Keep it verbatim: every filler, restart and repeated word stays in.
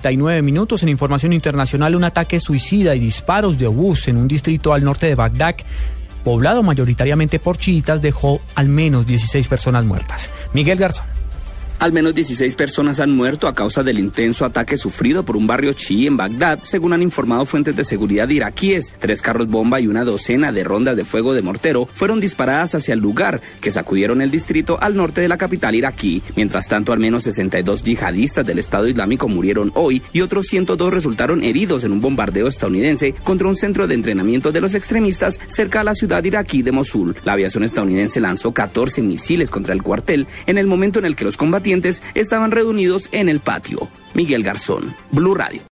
treinta y nueve minutos. En información internacional, un ataque suicida y disparos de obús en un distrito al norte de Bagdad, poblado mayoritariamente por chiitas, dejó al menos dieciséis personas muertas. Miguel Garzón. Al menos dieciséis personas han muerto a causa del intenso ataque sufrido por un barrio chií en Bagdad, según han informado fuentes de seguridad iraquíes. Tres carros bomba y una docena de rondas de fuego de mortero fueron disparadas hacia el lugar, que sacudieron el distrito al norte de la capital iraquí. Mientras tanto, al menos sesenta y dos yihadistas del Estado Islámico murieron hoy y otros ciento dos resultaron heridos en un bombardeo estadounidense contra un centro de entrenamiento de los extremistas cerca a la ciudad iraquí de Mosul. La aviación estadounidense lanzó catorce misiles contra el cuartel en el momento en el que los combatientes estaban reunidos en el patio. Miguel Garzón, Blue Radio.